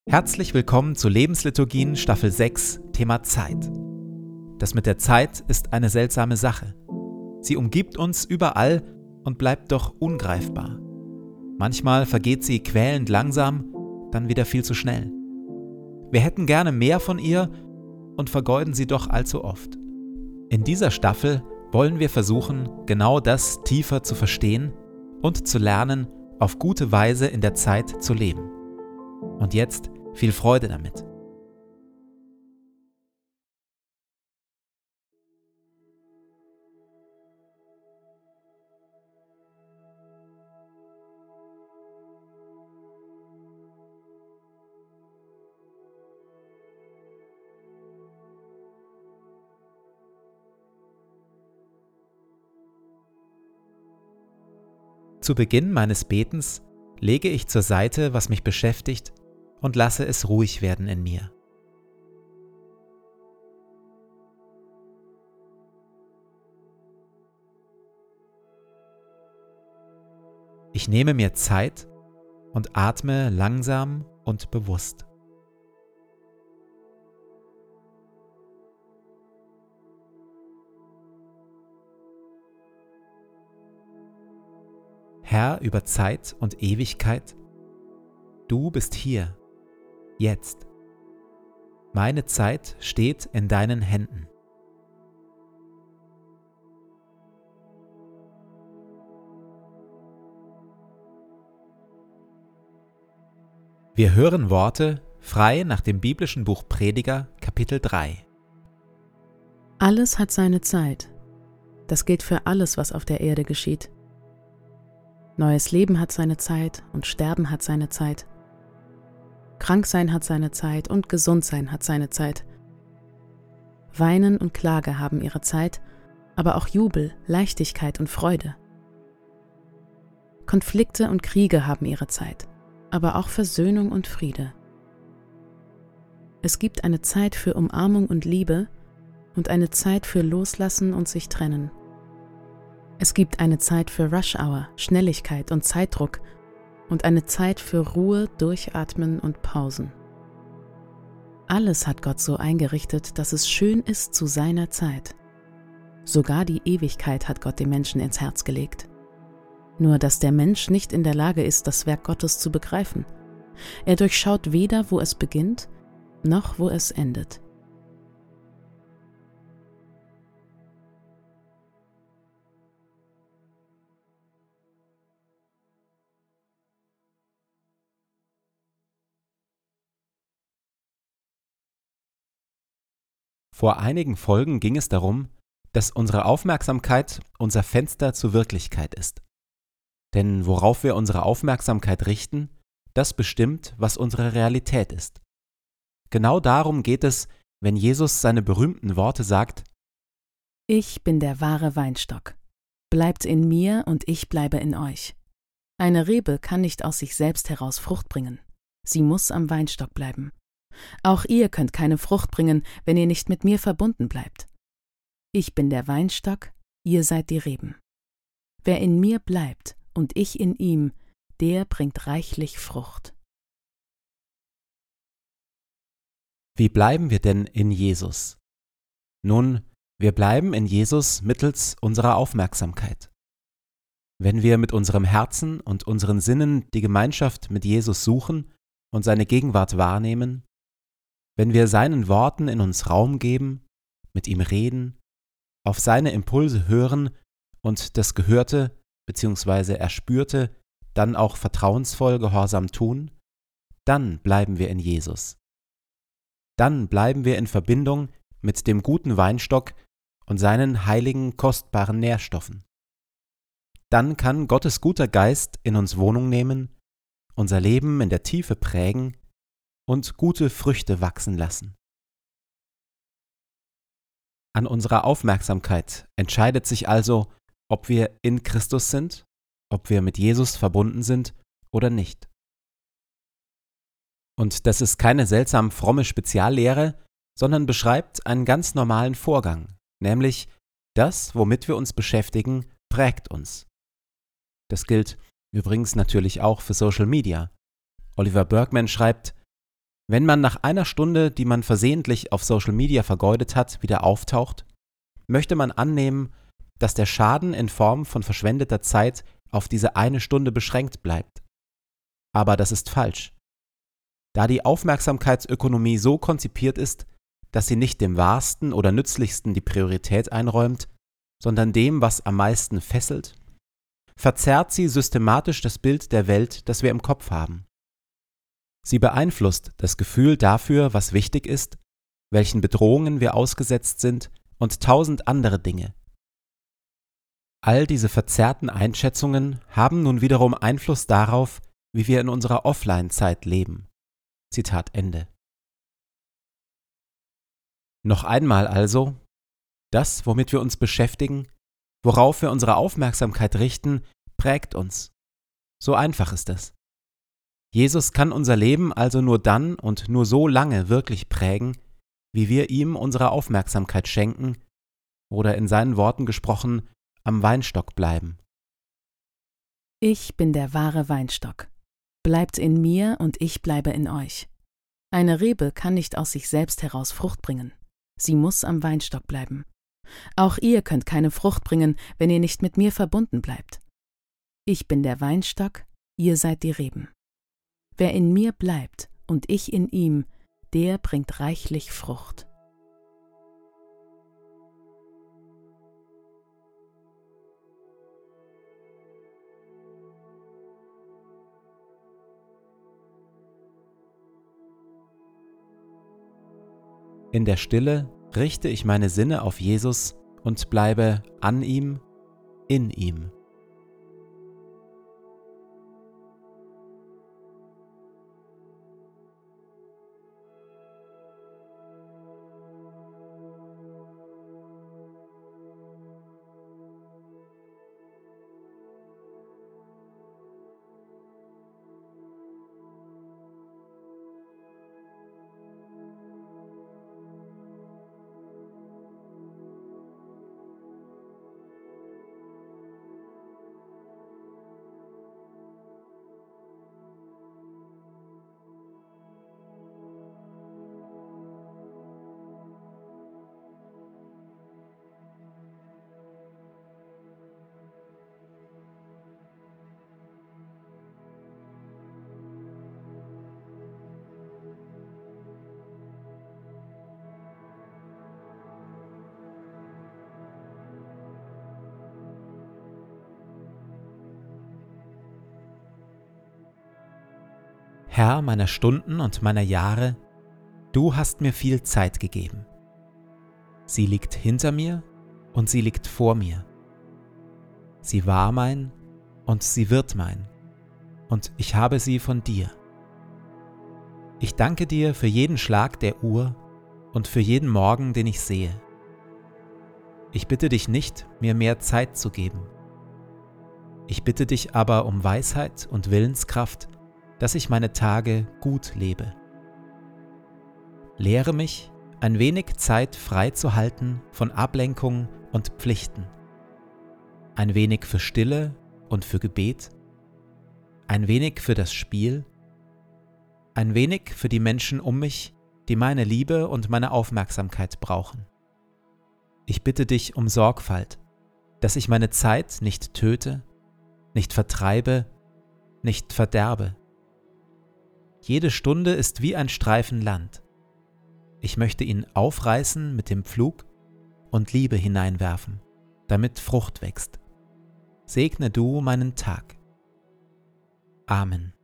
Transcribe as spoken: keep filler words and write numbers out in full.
Herzlich willkommen zu Lebensliturgien Staffel sechs, Thema Zeit. Das mit der Zeit ist eine seltsame Sache. Sie umgibt uns überall und bleibt doch ungreifbar. Manchmal vergeht sie quälend langsam, dann wieder viel zu schnell. Wir hätten gerne mehr von ihr und vergeuden sie doch allzu oft. In dieser Staffel wollen wir versuchen, genau das tiefer zu verstehen und zu lernen, auf gute Weise in der Zeit zu leben. Und jetzt viel Freude damit. Zu Beginn meines Betens lege ich zur Seite, was mich beschäftigt, und lasse es ruhig werden in mir. Ich nehme mir Zeit und atme langsam und bewusst. Herr über Zeit und Ewigkeit, du bist hier, jetzt. Meine Zeit steht in deinen Händen. Wir hören Worte frei nach dem biblischen Buch Prediger, Kapitel drei. Alles hat seine Zeit. Das gilt für alles, was auf der Erde geschieht. Neues Leben hat seine Zeit und Sterben hat seine Zeit. Kranksein hat seine Zeit und Gesundsein hat seine Zeit. Weinen und Klage haben ihre Zeit, aber auch Jubel, Leichtigkeit und Freude. Konflikte und Kriege haben ihre Zeit, aber auch Versöhnung und Friede. Es gibt eine Zeit für Umarmung und Liebe und eine Zeit für Loslassen und sich trennen. Es gibt eine Zeit für Rush Hour, Schnelligkeit und Zeitdruck und eine Zeit für Ruhe, Durchatmen und Pausen. Alles hat Gott so eingerichtet, dass es schön ist zu seiner Zeit. Sogar die Ewigkeit hat Gott dem Menschen ins Herz gelegt. Nur dass der Mensch nicht in der Lage ist, das Werk Gottes zu begreifen. Er durchschaut weder, wo es beginnt, noch wo es endet. Vor einigen Folgen ging es darum, dass unsere Aufmerksamkeit unser Fenster zur Wirklichkeit ist. Denn worauf wir unsere Aufmerksamkeit richten, das bestimmt, was unsere Realität ist. Genau darum geht es, wenn Jesus seine berühmten Worte sagt: Ich bin der wahre Weinstock. Bleibt in mir und ich bleibe in euch. Eine Rebe kann nicht aus sich selbst heraus Frucht bringen. Sie muss am Weinstock bleiben. Auch ihr könnt keine Frucht bringen, wenn ihr nicht mit mir verbunden bleibt. Ich bin der Weinstock, ihr seid die Reben. Wer in mir bleibt und ich in ihm, der bringt reichlich Frucht. Wie bleiben wir denn in Jesus? Nun, wir bleiben in Jesus mittels unserer Aufmerksamkeit. Wenn wir mit unserem Herzen und unseren Sinnen die Gemeinschaft mit Jesus suchen und seine Gegenwart wahrnehmen, wenn wir seinen Worten in uns Raum geben, mit ihm reden, auf seine Impulse hören und das Gehörte bzw. Erspürte dann auch vertrauensvoll gehorsam tun, dann bleiben wir in Jesus. Dann bleiben wir in Verbindung mit dem guten Weinstock und seinen heiligen, kostbaren Nährstoffen. Dann kann Gottes guter Geist in uns Wohnung nehmen, unser Leben in der Tiefe prägen und gute Früchte wachsen lassen. An unserer Aufmerksamkeit entscheidet sich also, ob wir in Christus sind, ob wir mit Jesus verbunden sind oder nicht. Und das ist keine seltsam fromme Speziallehre, sondern beschreibt einen ganz normalen Vorgang, nämlich das, womit wir uns beschäftigen, prägt uns. Das gilt übrigens natürlich auch für Social Media. Oliver Burkeman schreibt: Wenn man nach einer Stunde, die man versehentlich auf Social Media vergeudet hat, wieder auftaucht, möchte man annehmen, dass der Schaden in Form von verschwendeter Zeit auf diese eine Stunde beschränkt bleibt. Aber das ist falsch. Da die Aufmerksamkeitsökonomie so konzipiert ist, dass sie nicht dem Wahrsten oder Nützlichsten die Priorität einräumt, sondern dem, was am meisten fesselt, verzerrt sie systematisch das Bild der Welt, das wir im Kopf haben. Sie beeinflusst das Gefühl dafür, was wichtig ist, welchen Bedrohungen wir ausgesetzt sind und tausend andere Dinge. All diese verzerrten Einschätzungen haben nun wiederum Einfluss darauf, wie wir in unserer Offline-Zeit leben. Zitat Ende. Noch einmal also, das, womit wir uns beschäftigen, worauf wir unsere Aufmerksamkeit richten, prägt uns. So einfach ist es. Jesus kann unser Leben also nur dann und nur so lange wirklich prägen, wie wir ihm unsere Aufmerksamkeit schenken oder in seinen Worten gesprochen, am Weinstock bleiben. Ich bin der wahre Weinstock. Bleibt in mir und ich bleibe in euch. Eine Rebe kann nicht aus sich selbst heraus Frucht bringen. Sie muss am Weinstock bleiben. Auch ihr könnt keine Frucht bringen, wenn ihr nicht mit mir verbunden bleibt. Ich bin der Weinstock, ihr seid die Reben. Wer in mir bleibt und ich in ihm, der bringt reichlich Frucht. In der Stille richte ich meine Sinne auf Jesus und bleibe an ihm, in ihm. Herr meiner Stunden und meiner Jahre, du hast mir viel Zeit gegeben. Sie liegt hinter mir und sie liegt vor mir. Sie war mein und sie wird mein, und ich habe sie von dir. Ich danke dir für jeden Schlag der Uhr und für jeden Morgen, den ich sehe. Ich bitte dich nicht, mir mehr Zeit zu geben. Ich bitte dich aber um Weisheit und Willenskraft, dass ich meine Tage gut lebe. Lehre mich, ein wenig Zeit frei zu halten von Ablenkung und Pflichten. Ein wenig für Stille und für Gebet. Ein wenig für das Spiel. Ein wenig für die Menschen um mich, die meine Liebe und meine Aufmerksamkeit brauchen. Ich bitte dich um Sorgfalt, dass ich meine Zeit nicht töte, nicht vertreibe, nicht verderbe. Jede Stunde ist wie ein Streifen Land. Ich möchte ihn aufreißen mit dem Pflug und Liebe hineinwerfen, damit Frucht wächst. Segne du meinen Tag. Amen.